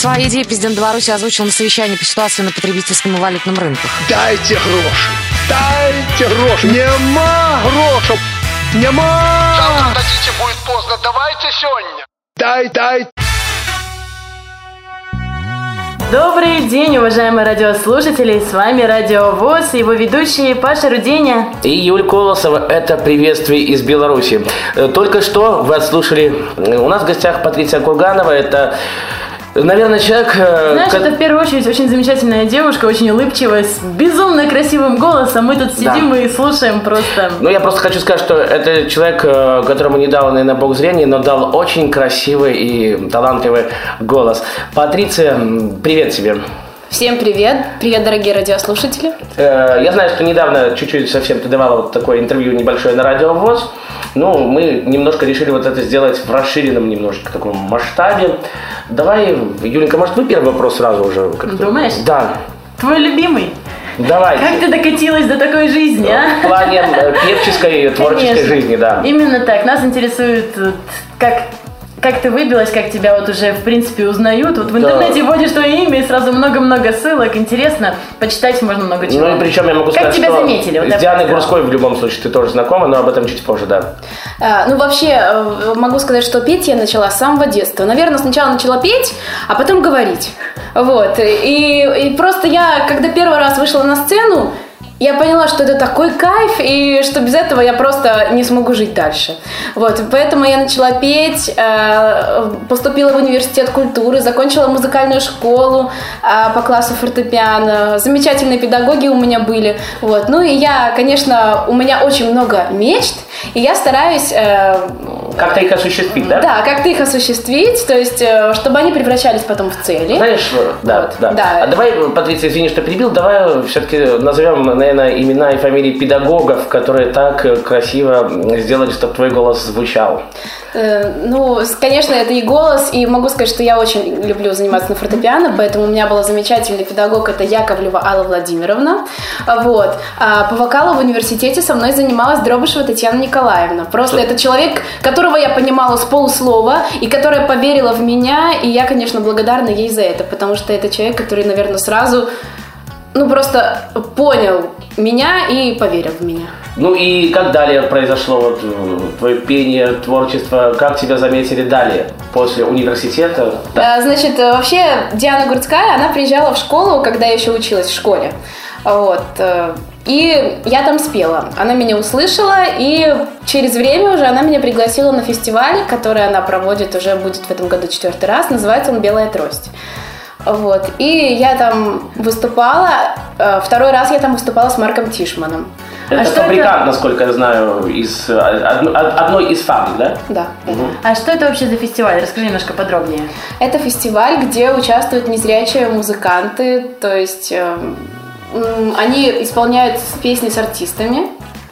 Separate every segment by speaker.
Speaker 1: Свои идеи президент Беларуси озвучил на совещании по ситуации на потребительском и валютном рынках.
Speaker 2: Дайте гроши! Дайте гроши! Нема грошей! Нема!
Speaker 3: Завтра дадите, будет поздно. Давайте сегодня.
Speaker 2: Дай!
Speaker 4: Добрый день, уважаемые радиослушатели, с вами Радио ВОС и его ведущие Паша Руденя
Speaker 5: и Юль Колосова. Это приветствие из Беларуси. Только что вы отслушали, у нас в гостях Патриция Курганова, это... Наверное, человек...
Speaker 4: Знаешь, это в первую очередь очень замечательная девушка, очень улыбчивая, с безумно красивым голосом. Мы тут сидим и слушаем просто...
Speaker 5: Ну, я просто хочу сказать, что это человек, которому не дал, наверное, бог зрения, но дал очень красивый и талантливый голос. Патриция, привет тебе.
Speaker 6: Всем привет. Привет, дорогие радиослушатели.
Speaker 5: Я знаю, что недавно чуть-чуть совсем ты давала вот такое интервью небольшое на Радио ВОС. Ну, мы немножко решили вот это сделать в расширенном немножко таком масштабе. Давай, Юленька, может, вы первый вопрос сразу уже?
Speaker 4: Думаешь?
Speaker 5: Да.
Speaker 4: Твой любимый?
Speaker 5: Давай.
Speaker 4: Как ты докатилась до такой жизни, а?
Speaker 5: В плане певческой, творческой жизни, да.
Speaker 4: Именно так. Нас интересует, как ты выбилась, как тебя вот уже, в принципе, узнают. Вот в интернете вводишь твое имя и сразу много-много ссылок. Интересно, почитать можно много чего.
Speaker 5: Ну и причем я могу сказать,
Speaker 4: тебя
Speaker 5: что
Speaker 4: заметили? Вот
Speaker 5: с Дианой Гурской в любом случае ты тоже знакома, но об этом чуть позже, да.
Speaker 6: Ну, вообще, могу сказать, что петь я начала с самого детства. Наверное, сначала начала петь, а потом говорить. Вот. И просто я, когда первый раз вышла на сцену, я поняла, что это такой кайф, и что без этого я просто не смогу жить дальше. Вот, поэтому я начала петь, поступила в университет культуры, закончила музыкальную школу по классу фортепиано. Замечательные педагоги у меня были. Вот. Ну и я, конечно, у меня очень много мечт, и я стараюсь...
Speaker 5: Как-то их осуществить, да?
Speaker 6: Да, как-то их осуществить, то есть, чтобы они превращались потом в цели.
Speaker 5: Знаешь, да. А давай, Патриция, извини, что перебил, давай все-таки назовем, наверное, имена и фамилии педагогов, которые так красиво сделали, чтобы твой голос звучал.
Speaker 6: Ну, конечно, это и голос, и могу сказать, что я очень люблю заниматься на фортепиано, поэтому у меня была замечательный педагог, это Яковлева Алла Владимировна. Вот. А по вокалу в университете со мной занималась Дробышева Татьяна Николаевна. Просто это человек, которого я понимала с полуслова, и которая поверила в меня, и я, конечно, благодарна ей за это, потому что это человек, который, наверное, сразу... просто понял меня и поверил в меня.
Speaker 5: Ну и как далее произошло вот твое пение, творчество? Как тебя заметили далее, после университета? Да.
Speaker 6: Значит, вообще Диана Гурцкая, она приезжала в школу, когда я еще училась в школе. Вот. И я там спела. Она меня услышала, и через время уже она меня пригласила на фестиваль, который она проводит, уже будет в этом году 4-й раз, называется он «Белая трость». Вот. И я там выступала, второй раз я там выступала с Марком Тишманом.
Speaker 5: Это фабрикант, насколько я знаю, из одной из фабрик, да?
Speaker 6: Да.
Speaker 5: Угу.
Speaker 4: А что это вообще за фестиваль? Расскажи немножко подробнее.
Speaker 6: Это фестиваль, где участвуют незрячие музыканты, то есть они исполняют песни с артистами.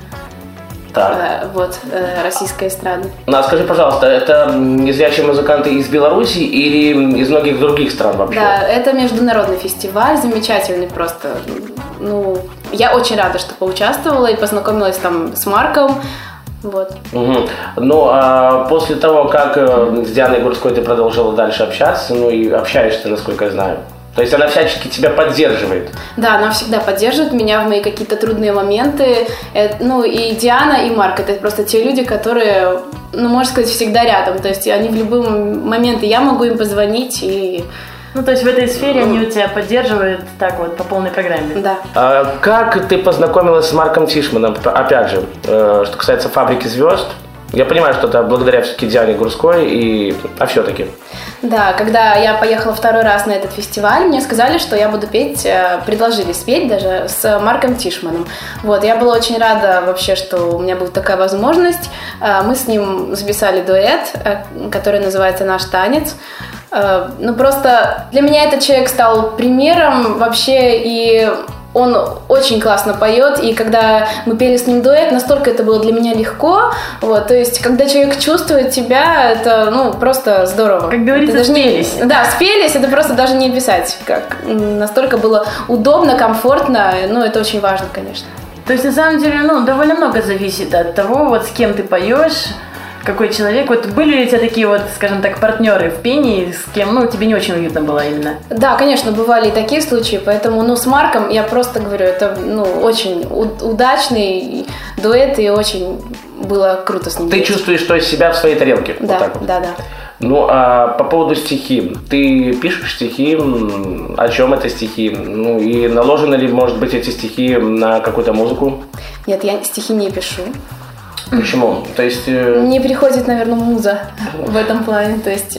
Speaker 5: Так.
Speaker 6: Вот, российской эстрады.
Speaker 5: Ну, а скажи, пожалуйста, это незрячие музыканты из Беларуси или из многих других стран вообще?
Speaker 6: Да, это международный фестиваль, замечательный просто. Ну, я очень рада, что поучаствовала и познакомилась там с Марком. Вот.
Speaker 5: Угу. Ну, а после того, как с Дианой Гурской ты продолжила дальше общаться, ну и общаешься, насколько я знаю, то есть она всячески тебя поддерживает?
Speaker 6: Да, она всегда поддерживает меня в мои какие-то трудные моменты. Ну и Диана, и Марк — это просто те люди, которые, ну, можно сказать, всегда рядом. То есть они в любой момент, и я могу им позвонить, и...
Speaker 4: Ну, то есть в этой сфере они у тебя поддерживают так вот по полной программе?
Speaker 6: Да.
Speaker 5: А как ты познакомилась с Марком Тишманом? Опять же, что касается «Фабрики звезд», я понимаю, что это благодаря все-таки Диане Гурской, а все-таки.
Speaker 6: Да, когда я поехала второй раз на этот фестиваль, мне сказали, что я буду петь, предложили спеть даже с Марком Тишманом. Вот, я была очень рада вообще, что у меня будет такая возможность. Мы с ним записали дуэт, который называется «Наш танец». Ну, просто для меня этот человек стал примером вообще, и он очень классно поет, и когда мы пели с ним дуэт, настолько это было для меня легко, вот, то есть, когда человек чувствует тебя, это, ну, просто здорово.
Speaker 4: Как говорится,
Speaker 6: это
Speaker 4: спелись.
Speaker 6: Да, спелись, это просто даже не описать, как настолько было удобно, комфортно, ну, это очень важно, конечно.
Speaker 4: То есть, на самом деле, ну, довольно много зависит от того, вот с кем ты поешь, какой человек. Вот были ли у тебя такие вот, скажем так, партнеры в пении, с кем, ну, тебе не очень уютно было именно?
Speaker 6: Да, конечно, бывали и такие случаи, поэтому, ну, с Марком, я просто говорю, это, ну, очень удачный дуэт, и очень было круто с ним.
Speaker 5: Ты чувствуешь, что себя в своей тарелке?
Speaker 6: Да,
Speaker 5: вот так вот.
Speaker 6: да.
Speaker 5: Ну, а по поводу стихи. Ты пишешь стихи, о чем это стихи? Ну, и наложены ли, может быть, эти стихи на какую-то музыку?
Speaker 6: Нет, я стихи не пишу.
Speaker 5: Почему? То есть...
Speaker 6: Не приходит, наверное, муза в этом плане, то есть...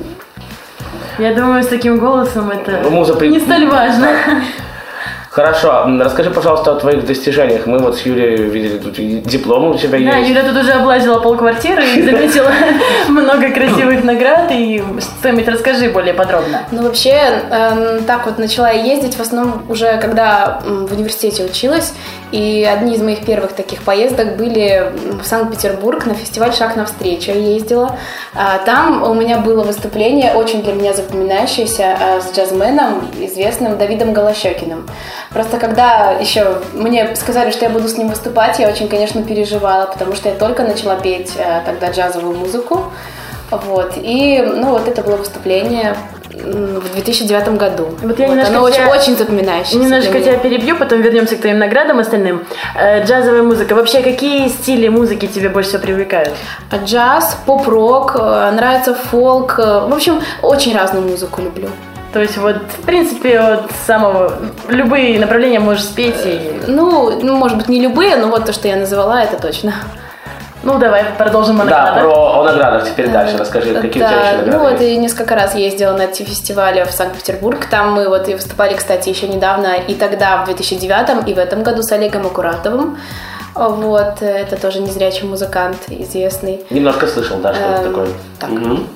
Speaker 4: Я думаю, с таким голосом это
Speaker 5: муза
Speaker 4: не столь важно.
Speaker 5: Хорошо, расскажи, пожалуйста, о твоих достижениях. Мы вот с Юлей видели, тут дипломы у тебя есть.
Speaker 4: Да, Юля тут уже облазила полквартиры и заметила много красивых наград. И что-нибудь расскажи более подробно.
Speaker 6: Ну, вообще, так вот начала я ездить в основном уже когда в университете училась. И одни из моих первых таких поездок были в Санкт-Петербург на фестиваль «Шаг навстречу». Я ездила. Там у меня было выступление, очень для меня запоминающееся, с джазменом, известным Давидом Голощёкиным. Просто когда еще мне сказали, что я буду с ним выступать, я очень, конечно, переживала, потому что я только начала петь тогда джазовую музыку. Вот. И, ну, вот это было выступление в 2009 году.
Speaker 4: Вот я
Speaker 6: оно очень запоминающееся.
Speaker 4: Немножко тебя перебью, потом вернемся к твоим наградам остальным. Джазовая музыка. Вообще, какие стили музыки тебе больше всего привлекают?
Speaker 6: Джаз, поп-рок, нравится фолк. В общем, очень разную музыку люблю.
Speaker 4: То есть вот, в принципе, от самого... Любые направления можешь спеть и...
Speaker 6: Ну, может быть, не любые, но вот то, что я называла, это точно.
Speaker 4: Ну, давай продолжим о наградах.
Speaker 5: Да, о наградах теперь дальше расскажи, какие у тебя еще награды.
Speaker 6: Ну, вот я несколько раз ездила на фестивале в Санкт-Петербург. Там мы вот и выступали, кстати, еще недавно, и тогда, в 2009 и в этом году с Олегом Аккуратовым. Вот, это тоже незрячий музыкант, известный.
Speaker 5: Немножко слышал, да, что это такое.
Speaker 6: Так.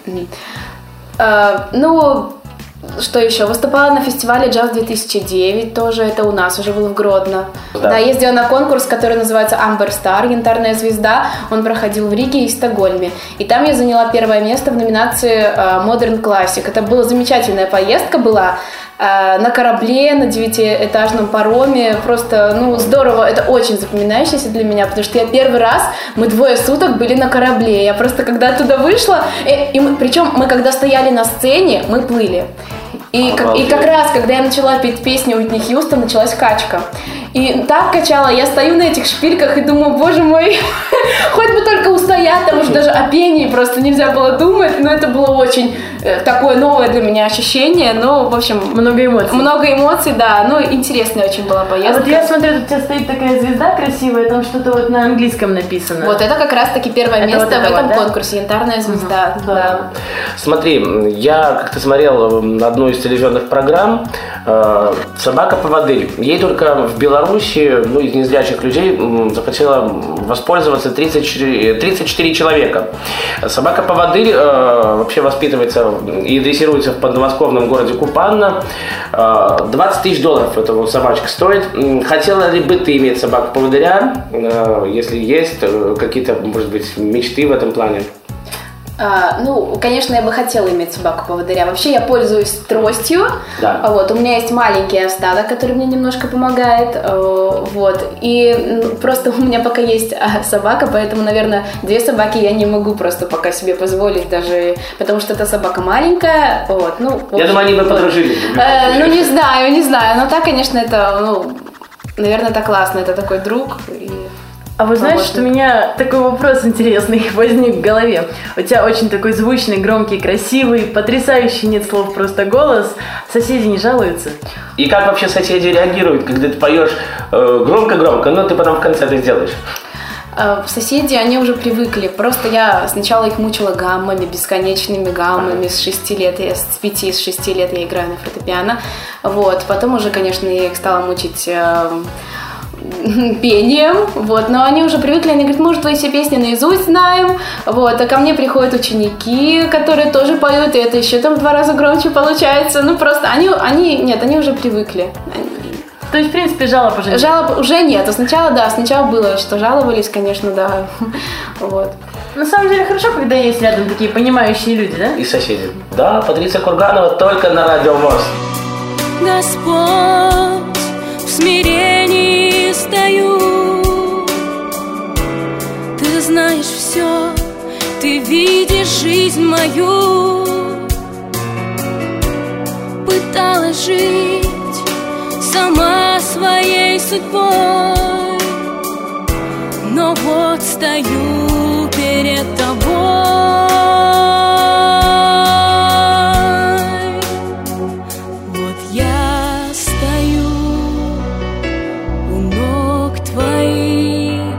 Speaker 6: Ну... Что еще? Выступала на фестивале «Джаз-2009», тоже это у нас уже было в Гродно. Да, ездила на конкурс, который называется «Amber Star», «Янтарная звезда». Он проходил в Риге и Стокгольме. И там я заняла первое место в номинации «Modern Classic». Это была замечательная поездка была. На корабле, на 9-этажном пароме. Просто, ну, здорово. Это очень запоминающееся для меня, потому что я первый раз, мы 2 суток были на корабле. Я просто когда оттуда вышла, причем мы когда стояли на сцене, мы плыли. И как раз, когда я начала петь песню Уитни Хьюстон, началась качка. И так качала, я стою на этих шпильках и думаю, боже мой, хоть бы только устоять, там уже даже о пении просто нельзя было думать, но это было очень такое новое для меня ощущение, ну, в общем...
Speaker 4: Много эмоций.
Speaker 6: Много эмоций, да, ну, интересная очень была поездка.
Speaker 4: А вот я смотрю, тут у тебя стоит такая звезда красивая, там что-то вот на английском написано.
Speaker 6: Вот это как раз-таки первое место вот в этом конкурсе, «Янтарная звезда». Да.
Speaker 5: Смотри, я как-то смотрел одну из телевизионных программ «Собака-поводырь». Ей только в Беларуси, ну, из незрячих людей захотела воспользоваться 34 человека. Собака-поводырь вообще воспитывается и дрессируется в подмосковном городе Купанна. $20 тысяч эта вот собачка стоит. Хотела ли бы ты иметь собаку-поводыря? Если есть какие-то, может быть, мечты в этом плане?
Speaker 6: Ну, конечно, я бы хотела иметь собаку-поводыря. Вообще, я пользуюсь тростью.
Speaker 5: Да.
Speaker 6: Вот, у меня есть маленький остаток, который мне немножко помогает. Вот. И просто у меня пока есть собака, поэтому, наверное, 2 собаки я не могу просто пока себе позволить даже, потому что эта собака маленькая. Вот. Ну,
Speaker 5: я думаю, они бы подружились.
Speaker 6: Ну, не знаю. Но так, конечно, это, ну, наверное, это классно. Это такой друг.
Speaker 4: А вы знаете, что у меня такой вопрос интересный возник в голове. У тебя очень такой звучный, громкий, красивый, потрясающий, нет слов, просто голос. Соседи не жалуются?
Speaker 5: И как вообще соседи реагируют, когда ты поешь громко-громко, но ты потом в конце это сделаешь?
Speaker 6: Соседи, они уже привыкли. Просто я сначала их мучила гаммами, бесконечными гаммами с 6 лет. С 5-6 лет я играю на фортепиано. Вот. Потом уже, конечно, я их стала мучить... пением, вот, но они уже привыкли, они говорят, мы уже твои все песни наизусть знаем, вот, а ко мне приходят ученики, которые тоже поют, и это еще там в 2 раза громче получается, ну, просто они уже привыкли.
Speaker 4: То есть, в принципе, жалоб уже нет?
Speaker 6: Жалоб уже нет, сначала было, что жаловались, конечно, да, вот.
Speaker 4: На самом деле, хорошо, когда есть рядом такие понимающие люди, да?
Speaker 5: И соседи. Да, Патриция Курганова только на Радио ВОС.
Speaker 7: Господь, в смирении стою, Ты знаешь все, ты видишь жизнь мою. Пыталась жить сама своей судьбой, но вот стою перед тобой. Вот я стою у ног твоих,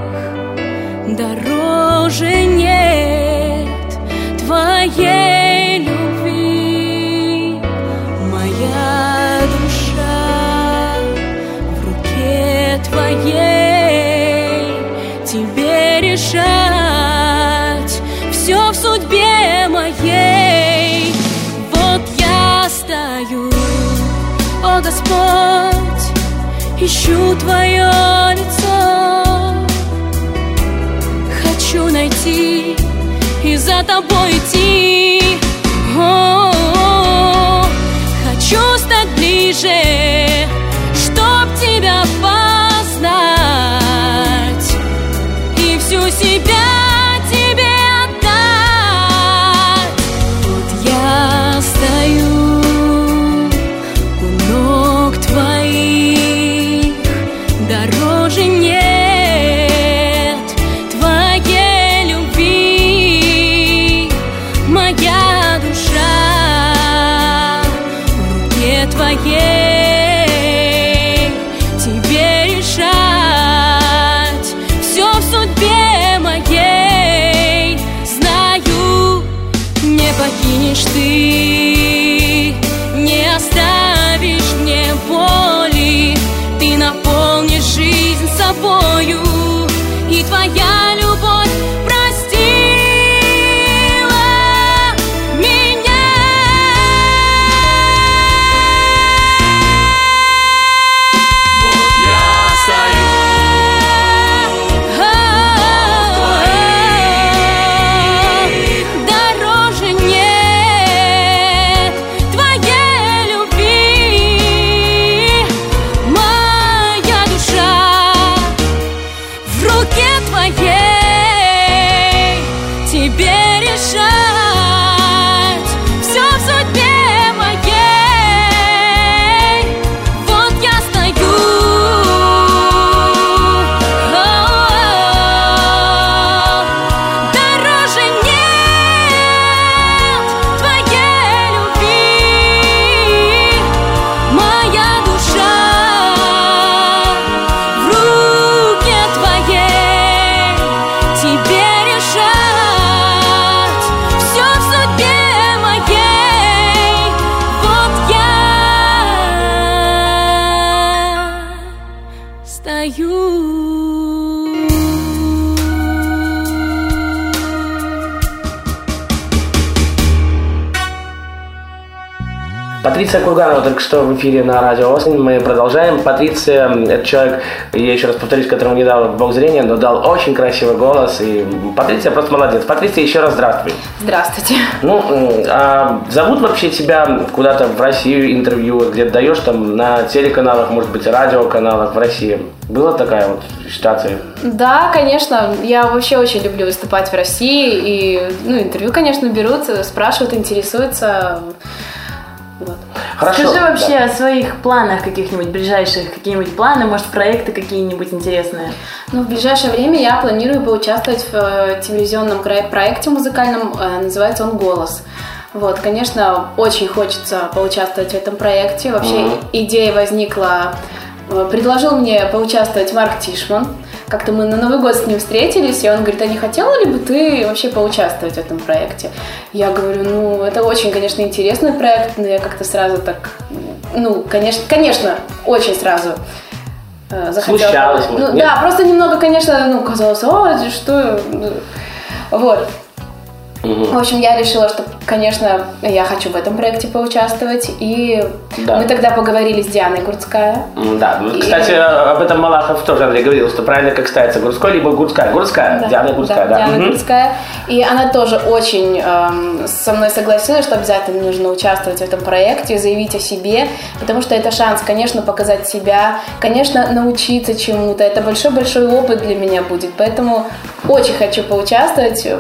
Speaker 7: дороже нет твоей любви. Моя душа в руке твоей, тебе решать все в судьбе моей. Вот я стою, о Господь, ищу твое лицо, хочу найти и за тобой идти. О-о-о, хочу стать ближе, чтоб тебя познать и всю себя тебе отдать. Вот я стою у ног твоих, дороже нет твоей любви. Моя душа в руке твоей, тебе решать все в судьбе моей. Знаю, не покинешь ты, не оставишь мне боли, ты наполнишь жизнь собою, и твоя любовь простила меня. Вот я стою дороже нет твоей любви. Моя душа в руке твоей, тебе решать все в судьбе моей. Вот я стою, дороже нет твоей любви. Моя душа в руке твоей, тебе решать все в судьбе моей. Вот я стою.
Speaker 5: Патриция Курганова только что в эфире на радио «Осень». Мы продолжаем. Патриция – это человек, я еще раз повторюсь, которому не дал бог зрения, но дал очень красивый голос. И Патриция просто молодец. Патриция, еще раз здравствуй.
Speaker 6: Здравствуйте.
Speaker 5: Ну, а зовут вообще тебя куда-то в Россию, интервью, где-то даешь там на телеканалах, может быть, радиоканалах в России? Была такая вот ситуация?
Speaker 6: Да, конечно. Я вообще очень люблю выступать в России. И интервью, конечно, берут, спрашивают, интересуются. Вот.
Speaker 5: Хорошо.
Speaker 4: Скажи вообще о своих планах каких-нибудь ближайших, какие-нибудь планы, может, проекты какие-нибудь интересные?
Speaker 6: В ближайшее время я планирую поучаствовать в телевизионном проекте музыкальном, называется он «Голос». Вот, конечно, очень хочется поучаствовать в этом проекте. Вообще идея возникла, предложил мне поучаствовать Марк Тишман. Как-то мы на Новый год с ним встретились, и он говорит: а не хотела ли бы ты вообще поучаствовать в этом проекте? Я говорю, это очень, конечно, интересный проект, но я как-то сразу так, конечно, очень сразу захотела.
Speaker 5: Смущалась,
Speaker 6: да, просто немного, конечно, казалось, что... Вот. В общем, я решила, что, конечно, я хочу в этом проекте поучаствовать. И мы тогда поговорили с Дианой Гурцкая.
Speaker 5: Да, кстати, об этом Малахов тоже, Андрей, говорил, что правильно как ставится, Гурцкой либо Гурцкая. Гурцкая, да, Диана Гурцкая, да.
Speaker 6: Диана Гурцкая. И она тоже очень со мной согласилась, что обязательно нужно участвовать в этом проекте, заявить о себе, потому что это шанс, конечно, показать себя, конечно, научиться чему-то. Это большой-большой опыт для меня будет, поэтому очень хочу поучаствовать.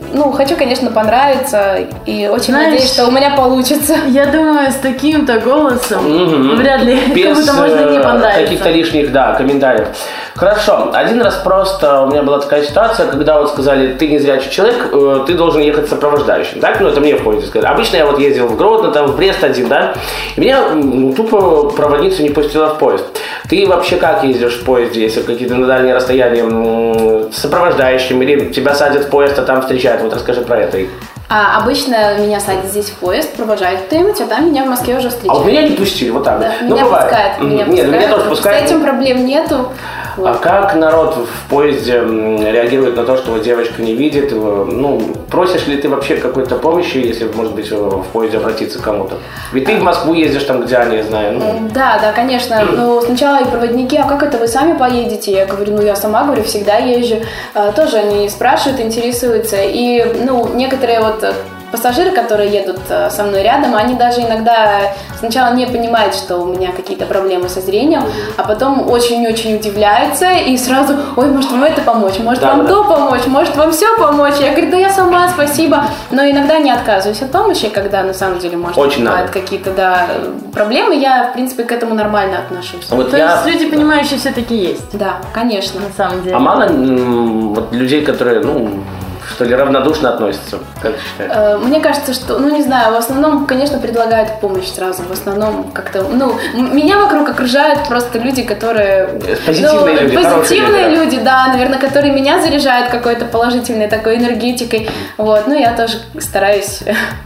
Speaker 6: хочу, конечно, понравиться, и очень
Speaker 4: Знаешь,
Speaker 6: надеюсь, что у меня получится.
Speaker 4: Я думаю, с таким-то голосом вряд ли
Speaker 5: Без
Speaker 4: кому-то можно не понравиться.
Speaker 5: каких-то лишних, комментариев. Хорошо. Один раз просто у меня была такая ситуация, когда вот сказали, ты незрячий человек, ты должен ехать сопровождающим, так? Это мне в поезде сказали. Обычно я вот ездил в Гродно, там в Брест один, да? И меня тупо проводница не пустила в поезд. Ты вообще как ездишь в поезде, если какие-то на дальние расстояния с сопровождающим, или тебя садят в поезд, а там встречают? Вот расскажи про это.
Speaker 6: Обычно меня садят здесь в поезд, провожают кто-нибудь, а там меня в Москве уже встречают.
Speaker 5: А вот меня не пустили, вот так.
Speaker 6: Да,
Speaker 5: Ну,
Speaker 6: меня
Speaker 5: бывает.
Speaker 6: пускают.
Speaker 5: Нет, меня тоже пускают.
Speaker 6: С этим проблем нету.
Speaker 5: А как народ в поезде реагирует на то, что вот девочка не видит? Просишь ли ты вообще какой-то помощи, если, может быть, в поезде обратиться к кому-то? Ведь ты в Москву ездишь там, где они, я знаю.
Speaker 6: Да, конечно. Сначала и проводники, а как это вы сами поедете? Я говорю, я сама, всегда езжу. Тоже они спрашивают, интересуются. И, некоторые пассажиры, которые едут со мной рядом, они даже иногда сначала не понимают, что у меня какие-то проблемы со зрением, а потом очень-очень удивляются и сразу, может вам это помочь, может вам то помочь, может вам все помочь. Я говорю, да я сама, спасибо. Но иногда не отказываюсь от помощи, когда на самом деле, может, бывают какие-то, проблемы, я, в принципе, к этому нормально отношусь.
Speaker 4: То есть люди, понимающие, все-таки есть?
Speaker 6: Да, конечно.
Speaker 4: На самом деле.
Speaker 5: А мало людей, которые, что ли, равнодушно относятся, как ты считаешь?
Speaker 6: Мне кажется, что, не знаю, в основном, конечно, предлагают помощь сразу. В основном как-то, меня вокруг окружают просто люди, которые...
Speaker 5: Позитивные люди,
Speaker 6: позитивные люди, да, наверное, которые меня заряжают какой-то положительной такой энергетикой. Я тоже стараюсь...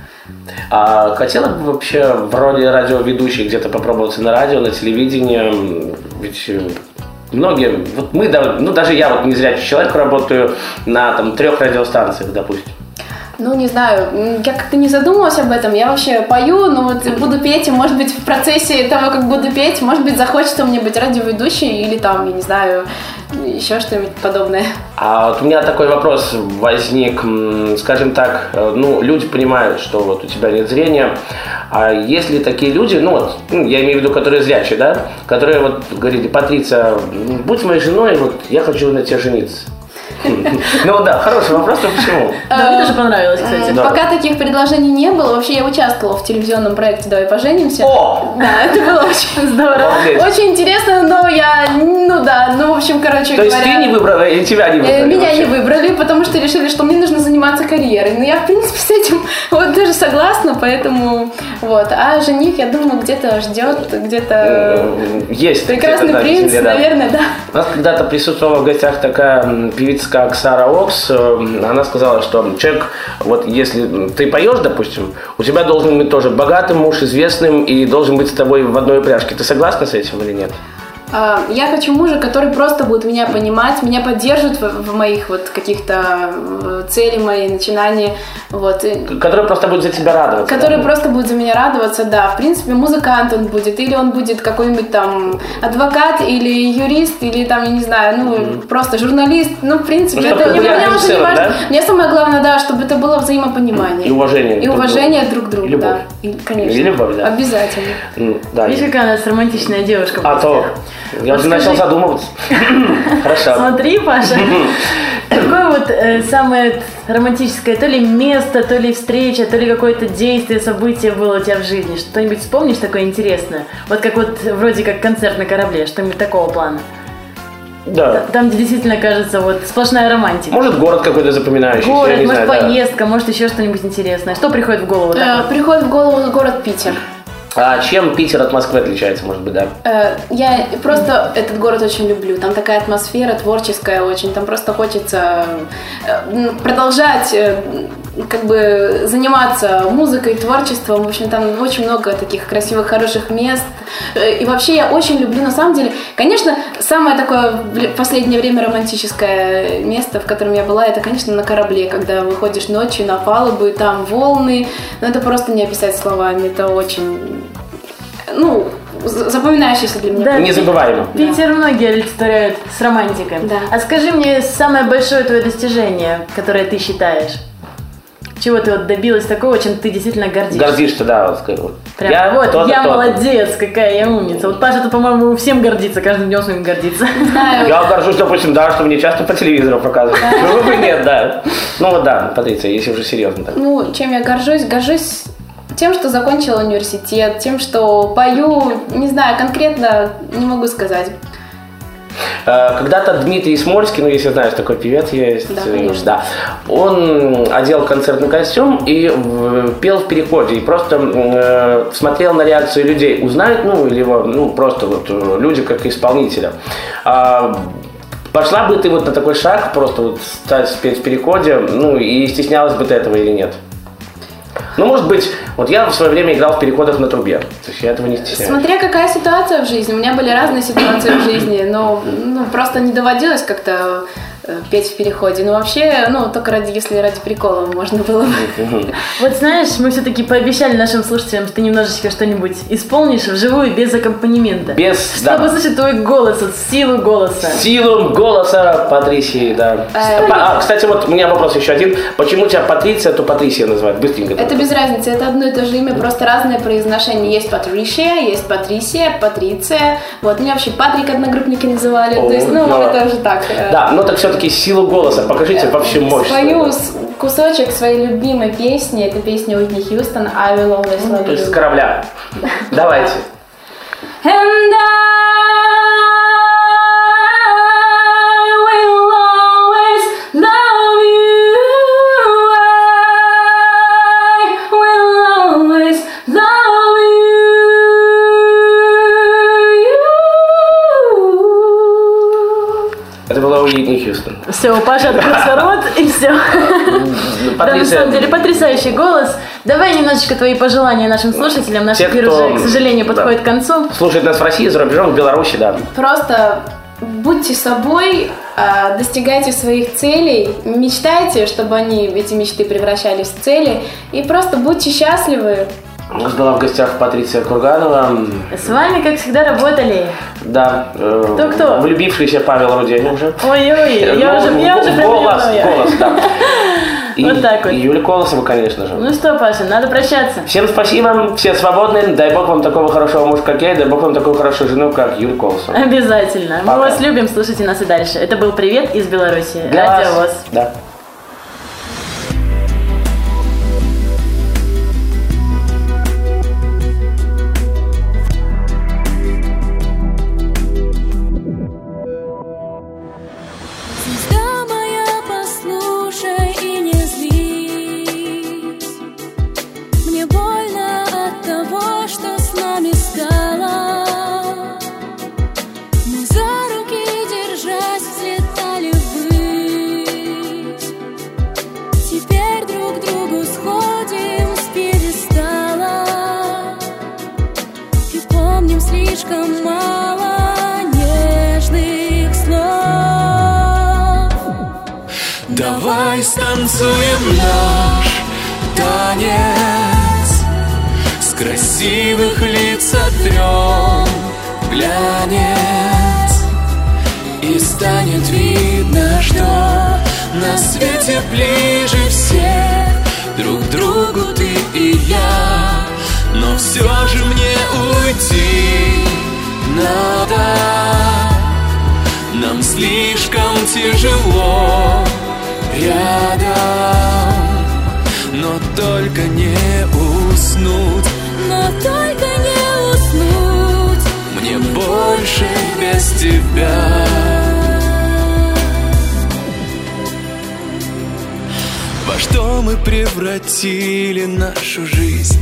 Speaker 5: А хотела бы вообще в роли радиоведущей где-то попробоваться на радио, на телевидении? Ведь... Многие, даже я незрячий человек, работаю на 3 радиостанциях, допустим.
Speaker 6: Не знаю, я как-то не задумывалась об этом, я вообще пою, буду петь, и, может быть, в процессе того, как буду петь, может быть, захочется мне быть радиоведущей или я не знаю, еще что-нибудь подобное. А
Speaker 5: вот у меня такой вопрос возник, скажем так, люди понимают, что у тебя нет зрения, а есть ли такие люди, я имею в виду, которые зрячие, да, которые говорили, Патриция, будь моей женой, я хочу на тебя жениться. Хороший вопрос, но почему?
Speaker 4: Мне тоже понравилось, кстати.
Speaker 6: Пока таких предложений не было. Вообще, я участвовала в телевизионном проекте «Давай поженимся».
Speaker 5: О!
Speaker 6: Да, это было очень здорово. Очень интересно, но я, в общем, короче говоря...
Speaker 5: То есть ты не выбрала, или тебя не выбрали?
Speaker 6: Меня не выбрали, потому что решили, что мне нужно заниматься карьерой. Но я, в принципе, с этим тоже согласна, поэтому... А жених, я думаю, где-то ждет, где-то...
Speaker 5: Есть.
Speaker 6: Прекрасный принц, наверное, да.
Speaker 5: У нас когда-то присутствовала в гостях такая певица, как Сара Окс. Она сказала, что человек, если ты поешь, допустим, у тебя должен быть тоже богатым муж, известным и должен быть с тобой в одной упряжке. Ты согласна с этим или нет?
Speaker 6: Я хочу мужа, который просто будет меня понимать, меня поддержит в моих каких-то целях, мои начинания.
Speaker 5: Который просто будет за тебя радоваться.
Speaker 6: Который просто будет за меня радоваться, да. В принципе, музыкант он будет, или он будет какой-нибудь адвокат, или юрист, или я не знаю, просто журналист. В принципе, это мне уже не важно. Да? Мне самое главное, да, чтобы это было взаимопонимание.
Speaker 5: И уважение.
Speaker 6: И уважение друг к другу,
Speaker 5: любовь.
Speaker 6: Да. И, конечно.
Speaker 5: И любовь, да.
Speaker 6: Обязательно.
Speaker 4: Видишь, какая у нас романтичная девушка.
Speaker 5: А то... Я уже начал задумываться. Хорошо.
Speaker 4: Смотри, Паша, какое самое романтическое то ли место, то ли встреча, то ли какое-то действие, событие было у тебя в жизни? Что-нибудь вспомнишь такое интересное? Как вроде как концерт на корабле, что-нибудь такого плана?
Speaker 5: Да.
Speaker 4: Там действительно кажется сплошная романтика.
Speaker 5: Может, город какой-то запоминающийся.
Speaker 4: Город, может, поездка, может, еще что-нибудь интересное. Что приходит в голову?
Speaker 6: Приходит в голову город Питер.
Speaker 5: А чем Питер от Москвы отличается, может быть, да?
Speaker 6: Я просто этот город очень люблю. Там такая атмосфера творческая очень. Там просто хочется продолжать заниматься музыкой, творчеством. В общем, там очень много таких красивых, хороших мест. И вообще я очень люблю, на самом деле, конечно, самое такое в последнее время романтическое место, в котором я была, это, конечно, на корабле, когда выходишь ночью на палубу, и там волны. Это просто не описать словами. Это очень... запоминающийся для меня.
Speaker 4: Да,
Speaker 5: незабываемо.
Speaker 4: Питер многие олицетворяют с романтикой.
Speaker 6: Да.
Speaker 4: А скажи мне, самое большое твое достижение, которое ты считаешь? Чего ты вот добилась такого, чем ты действительно гордишься?
Speaker 5: Гордишься, да, вот скажу.
Speaker 4: Прям, я молодец, какая я умница. Вот Паша-то, по-моему, всем гордится, каждым днем своим гордится.
Speaker 5: Я горжусь, допустим, да, что мне часто по телевизору показывают. Ну, нет, да. Ну, вот да, Патриция, если уже серьезно так.
Speaker 6: Ну, чем я горжусь? Горжусь тем, что закончила университет, тем, что пою, не знаю, конкретно не могу сказать.
Speaker 5: Когда-то Дмитрий Смольский, ну, если знаешь, такой певец есть,
Speaker 6: да, конечно.
Speaker 5: Да, он одел концертный костюм и пел в переходе, и просто смотрел на реакцию людей, узнают, ну, или его, ну, просто вот люди как исполнителя. Пошла бы ты вот на такой шаг, просто вот стать спеть в переходе, ну, и стеснялась бы ты этого или нет? Ну, может быть, вот я в свое время играл в переходах на трубе. То есть я этого не стесняюсь.
Speaker 6: Смотря какая ситуация в жизни. У меня были разные ситуации в жизни, но просто не доводилось как-то петь в переходе. Ну, вообще, только если ради прикола можно было бы.
Speaker 4: Вот знаешь, мы все-таки пообещали нашим слушателям, что ты немножечко что-нибудь исполнишь вживую без аккомпанемента. Чтобы услышать твой голос, вот, силу голоса.
Speaker 5: Силу голоса Патрисии, да. Кстати, вот у меня вопрос еще один. Почему тебя Патриция, то Патрисия называют? Быстренько.
Speaker 6: Это без разницы, это одно и то же имя, просто разное произношение. Есть Патрисия, есть Патрисия, Патриция. Вот, меня вообще Патрик одногруппники называли. То есть, это уже так.
Speaker 5: Да, но так все-таки силу голоса. Покажите вообще мощь.
Speaker 6: Спою кусочек своей любимой песни. Это песня Уитни Хьюстон «I will always love you».
Speaker 5: То есть с корабля. Давайте.
Speaker 6: And
Speaker 5: Это была Уитни Хьюстон.
Speaker 4: Все, у Паши открылся рот, и все. Да, на самом деле, потрясающий голос. Давай немножечко твои пожелания нашим слушателям. Наш эфир уже, к сожалению, подходит к концу.
Speaker 5: Слушает нас в России, за рубежом, в Беларуси, да.
Speaker 6: Просто будьте собой, достигайте своих целей, мечтайте, чтобы эти мечты превращались в цели, и просто будьте счастливы.
Speaker 5: У нас была в гостях Патриция Курганова.
Speaker 4: С вами, как всегда, работали.
Speaker 5: Да.
Speaker 4: Кто?
Speaker 5: Влюбившийся Павел Рудень уже.
Speaker 4: Ой-ой, я уже прям
Speaker 5: голос, да.
Speaker 4: Вот так вот.
Speaker 5: И Юля Колосова, конечно же.
Speaker 4: Ну что, Паша, надо прощаться.
Speaker 5: Всем спасибо, все свободны. Дай Бог вам такого хорошего мужа, как я, и дай Бог вам такую хорошую жену, как Юля Колосова.
Speaker 4: Обязательно. Пока. Мы вас любим, слушайте нас и дальше. Это был привет из Беларуси. Радио ВОС.
Speaker 5: Да.
Speaker 8: Давай станцуем наш танец, с красивых лиц сотрем глянец, и станет видно, что на свете ближе всех друг к другу ты и я. Но все же мне уйти надо, нам слишком тяжело рядом, но только не уснуть, мне больше без тебя. Во что мы превратили нашу жизнь?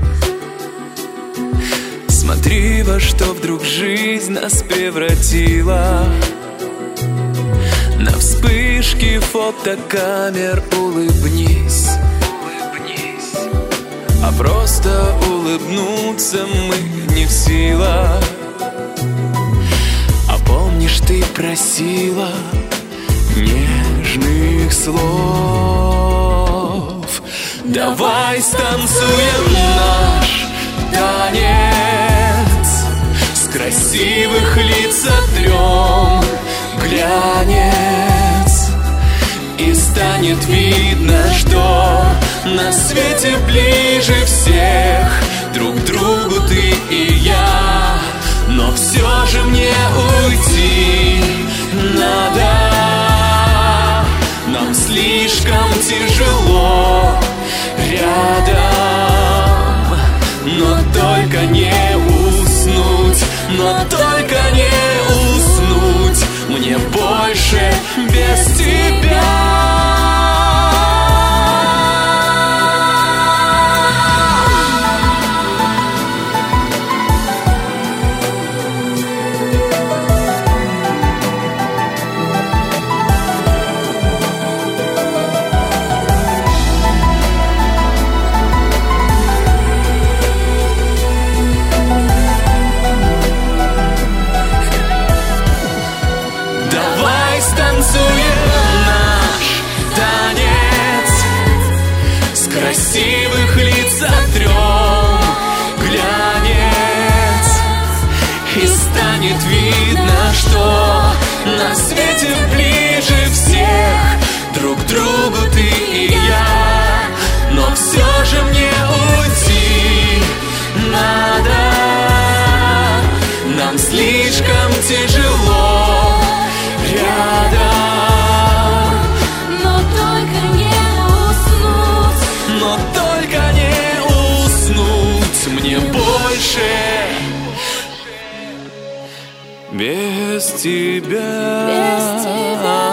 Speaker 8: Смотри, во что вдруг жизнь нас превратила. На вспышке фотокамер улыбнись, а просто улыбнуться мы не в силах. А помнишь, ты просила нежных слов? Давай станцуем наш танец, с красивых лиц сотрем глянец, и станет видно, что на свете ближе всех, друг другу ты и я. Но все же мне уйти надо, нам слишком тяжело рядом. Но только не уснуть, но только не уснуть мне больше без тебя. Красивых лиц сотрем глянец, и станет видно, что на свете ближе всех друг другу ты и я. Но все же мне уйти надо, нам слишком тяжело рядом. Но только не уснуть мне больше без тебя.